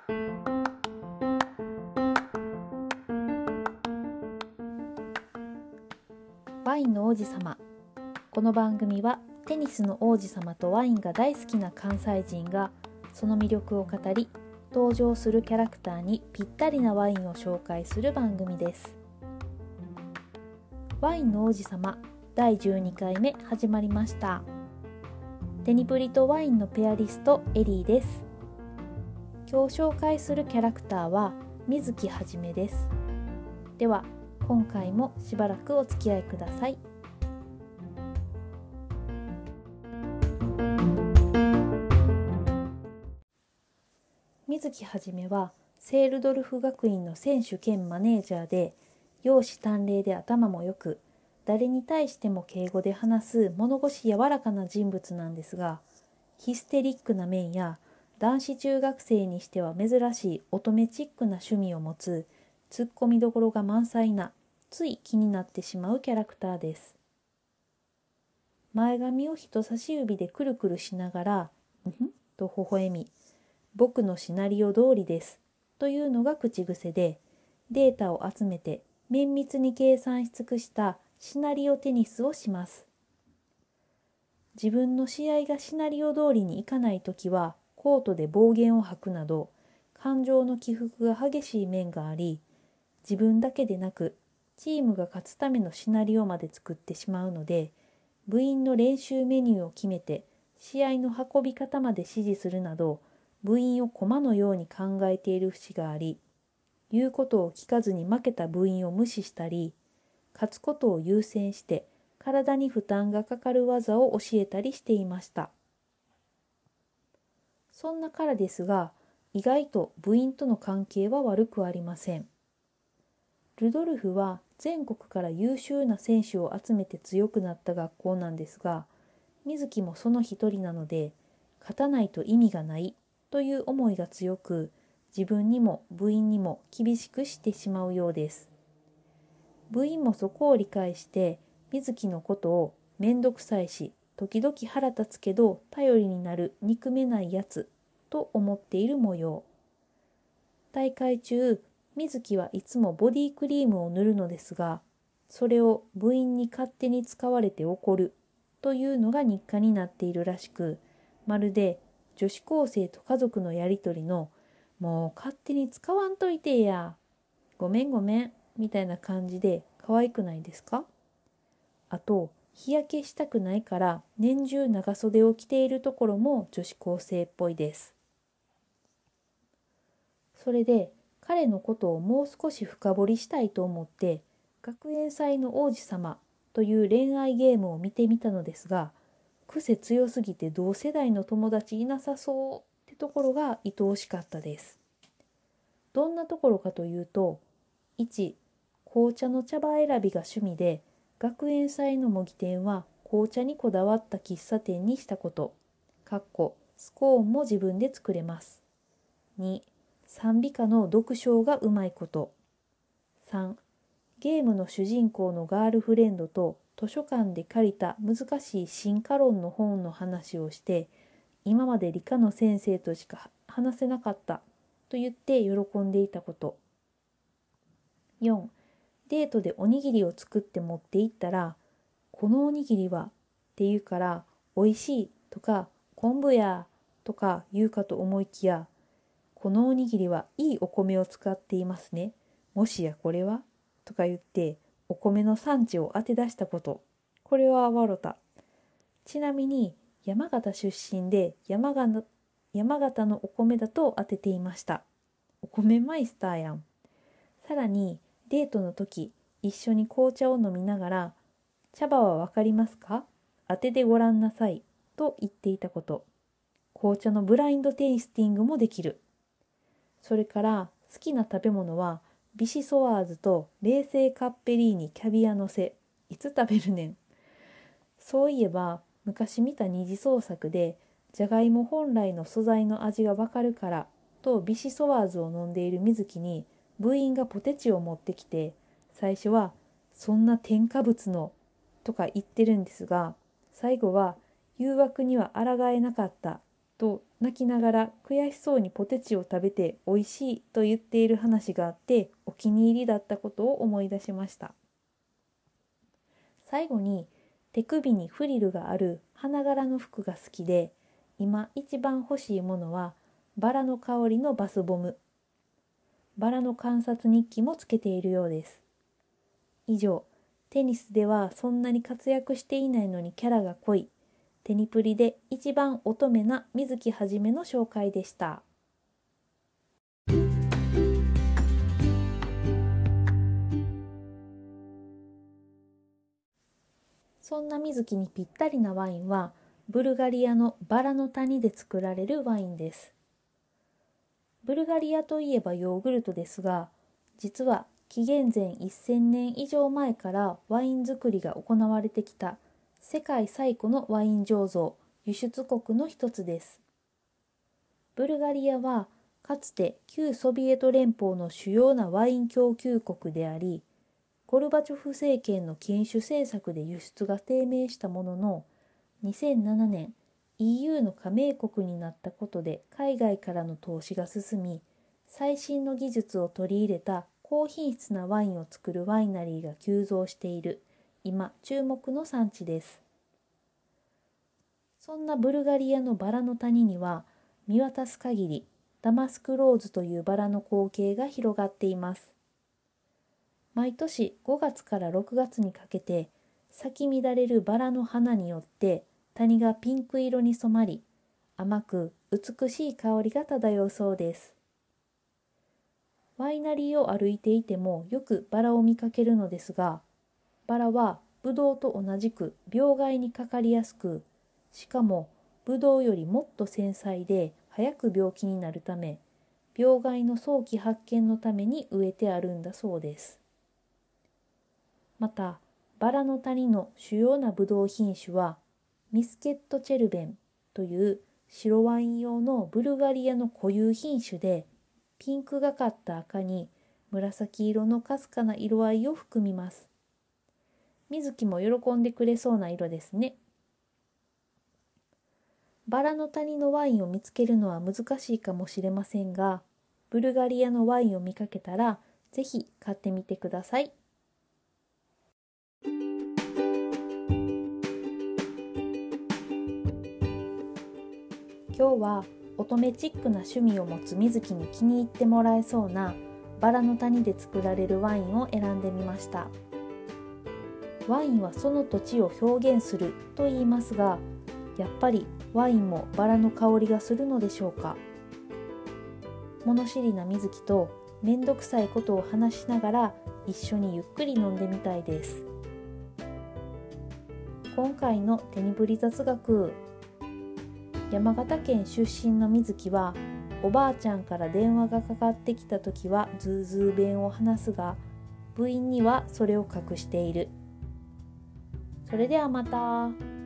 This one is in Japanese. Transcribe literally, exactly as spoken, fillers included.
ワインの王子様。この番組はテニスの王子様とワインが大好きな関西人がその魅力を語り、登場するキャラクターにぴったりなワインを紹介する番組です。ワインの王子様だいじゅうにかいめ始まりました。テニプリとワインのペアリストエリーです。今日紹介するキャラクターは水木はじめです。では今回もしばらくお付き合いください。水木はじめはセールドルフ学院の選手兼マネージャーで、容姿端麗で頭も良く、誰に対しても敬語で話す物腰柔らかな人物なんですが、ヒステリックな面や男子中学生にしては珍しい乙女チックな趣味を持つ、ツッコミどころが満載な、つい気になってしまうキャラクターです。前髪を人差し指でくるくるしながら、んふんと微笑み、僕のシナリオ通りですというのが口癖で、データを集めて綿密に計算し尽くしたシナリオテニスをします。自分の試合がシナリオ通りにいかないときはコートで暴言を吐くなど、感情の起伏が激しい面があり、自分だけでなくチームが勝つためのシナリオまで作ってしまうので、部員の練習メニューを決めて試合の運び方まで指示するなど、部員を駒のように考えている節があり、言うことを聞かずに負けた部員を無視したり、勝つことを優先して体に負担がかかる技を教えたりしていました。そんな彼ですが、意外と部員との関係は悪くありません。ルドルフは全国から優秀な選手を集めて強くなった学校なんですが、水木もその一人なので、勝たないと意味がないという思いが強く、自分にも部員にも厳しくしてしまうようです。部員もそこを理解して、水木のことをめんどくさいし、時々腹立つけど頼りになる憎めないやつと思っている模様。大会中、水木はいつもボディクリームを塗るのですが、それを部員に勝手に使われて怒るというのが日課になっているらしく、まるで女子高生と家族のやりとりのもう勝手に使わんといてや、ごめんごめんみたいな感じで可愛くないですか？あと、日焼けしたくないから年中長袖を着ているところも女子高生っぽいです。それで彼のことをもう少し深掘りしたいと思って、学園祭の王子様という恋愛ゲームを見てみたのですが、癖強すぎて同世代の友達いなさそうってところが愛おしかったです。どんなところかというと、いち、紅茶の茶葉選びが趣味で、学園祭の模擬店は紅茶にこだわった喫茶店にしたこと。かっこスコーンも自分で作れます。に、賛美歌の読唱がうまいこと。さん、ゲームの主人公のガールフレンドと図書館で借りた難しい進化論の本の話をして、今まで理科の先生としか話せなかったと言って喜んでいたこと。よん、デートでおにぎりを作って持って行ったら、このおにぎりはって言うから、おいしいとか昆布やとか言うかと思いきや、このおにぎりはいいお米を使っていますね。もしやこれはとか言ってお米の産地を当て出したこと。これは笑た。ちなみに山形出身で山形、山形のお米だと当てていました。お米マイスターやん。さらにデートの時、一緒に紅茶を飲みながら、茶葉はわかりますか？当ててごらんなさいと言っていたこと。紅茶のブラインドテイスティングもできる。それから好きな食べ物はビシソワーズと冷製カッペリーニキャビアのせ。いつ食べるねん。そういえば昔見た二次創作で、じゃがいも本来の素材の味がわかるからとビシソワーズを飲んでいる水木に、部員がポテチを持ってきて、最初はそんな添加物のとか言ってるんですが、最後は誘惑には抗えなかったと泣きながら悔しそうにポテチを食べて美味しいと言っている話があってお気に入りだったことを思い出しました。最後に手首にフリルがある花柄の服が好きで、今一番欲しいものはバラの香りのバスボム。バラの観察日記もつけているようです。以上、テニスではそんなに活躍していないのにキャラが濃い、テニプリで一番乙女な水木はじめの紹介でした。そんな水木にぴったりなワインはブルガリアのバラの谷で作られるワインです。ブルガリアといえばヨーグルトですが、実は紀元前せんねん以上前からワイン作りが行われてきた世界最古のワイン醸造輸出国の一つです。ブルガリアはかつて旧ソビエト連邦の主要なワイン供給国であり、ゴルバチョフ政権の禁酒政策で輸出が低迷したものの、にせんななねん イーユー の加盟国になったことで海外からの投資が進み、最新の技術を取り入れた高品質なワインを作るワイナリーが急増している今注目の産地です。そんなブルガリアのバラの谷には見渡す限りダマスクローズというバラの光景が広がっています。毎年ごがつからろくがつにかけて咲き乱れるバラの花によって谷がピンク色に染まり、甘く美しい香りが漂うそうです。ワイナリーを歩いていてもよくバラを見かけるのですが、バラはブドウと同じく病害にかかりやすく、しかもブドウよりもっと繊細で早く病気になるため、病害の早期発見のために植えてあるんだそうです。また、バラの谷の主要なブドウ品種は、ミスケットチェルベンという白ワイン用のブルガリアの固有品種で、ピンクがかった赤に紫色のかすかな色合いを含みます。水木も喜んでくれそうな色ですね。バラの谷のワインを見つけるのは難しいかもしれませんが、ブルガリアのワインを見かけたら、ぜひ買ってみてください。今日は乙女チックな趣味を持つ水木に気に入ってもらえそうなバラの谷で作られるワインを選んでみました。ワインはその土地を表現すると言いますが、やっぱりワインもバラの香りがするのでしょうか。物知りな水木とめんどくさいことを話しながら一緒にゆっくり飲んでみたいです。今回のテニプリ雑学、山形県出身の水木はおばあちゃんから電話がかかってきた時はズーズー弁を話すが、部員にはそれを隠している。それではまた。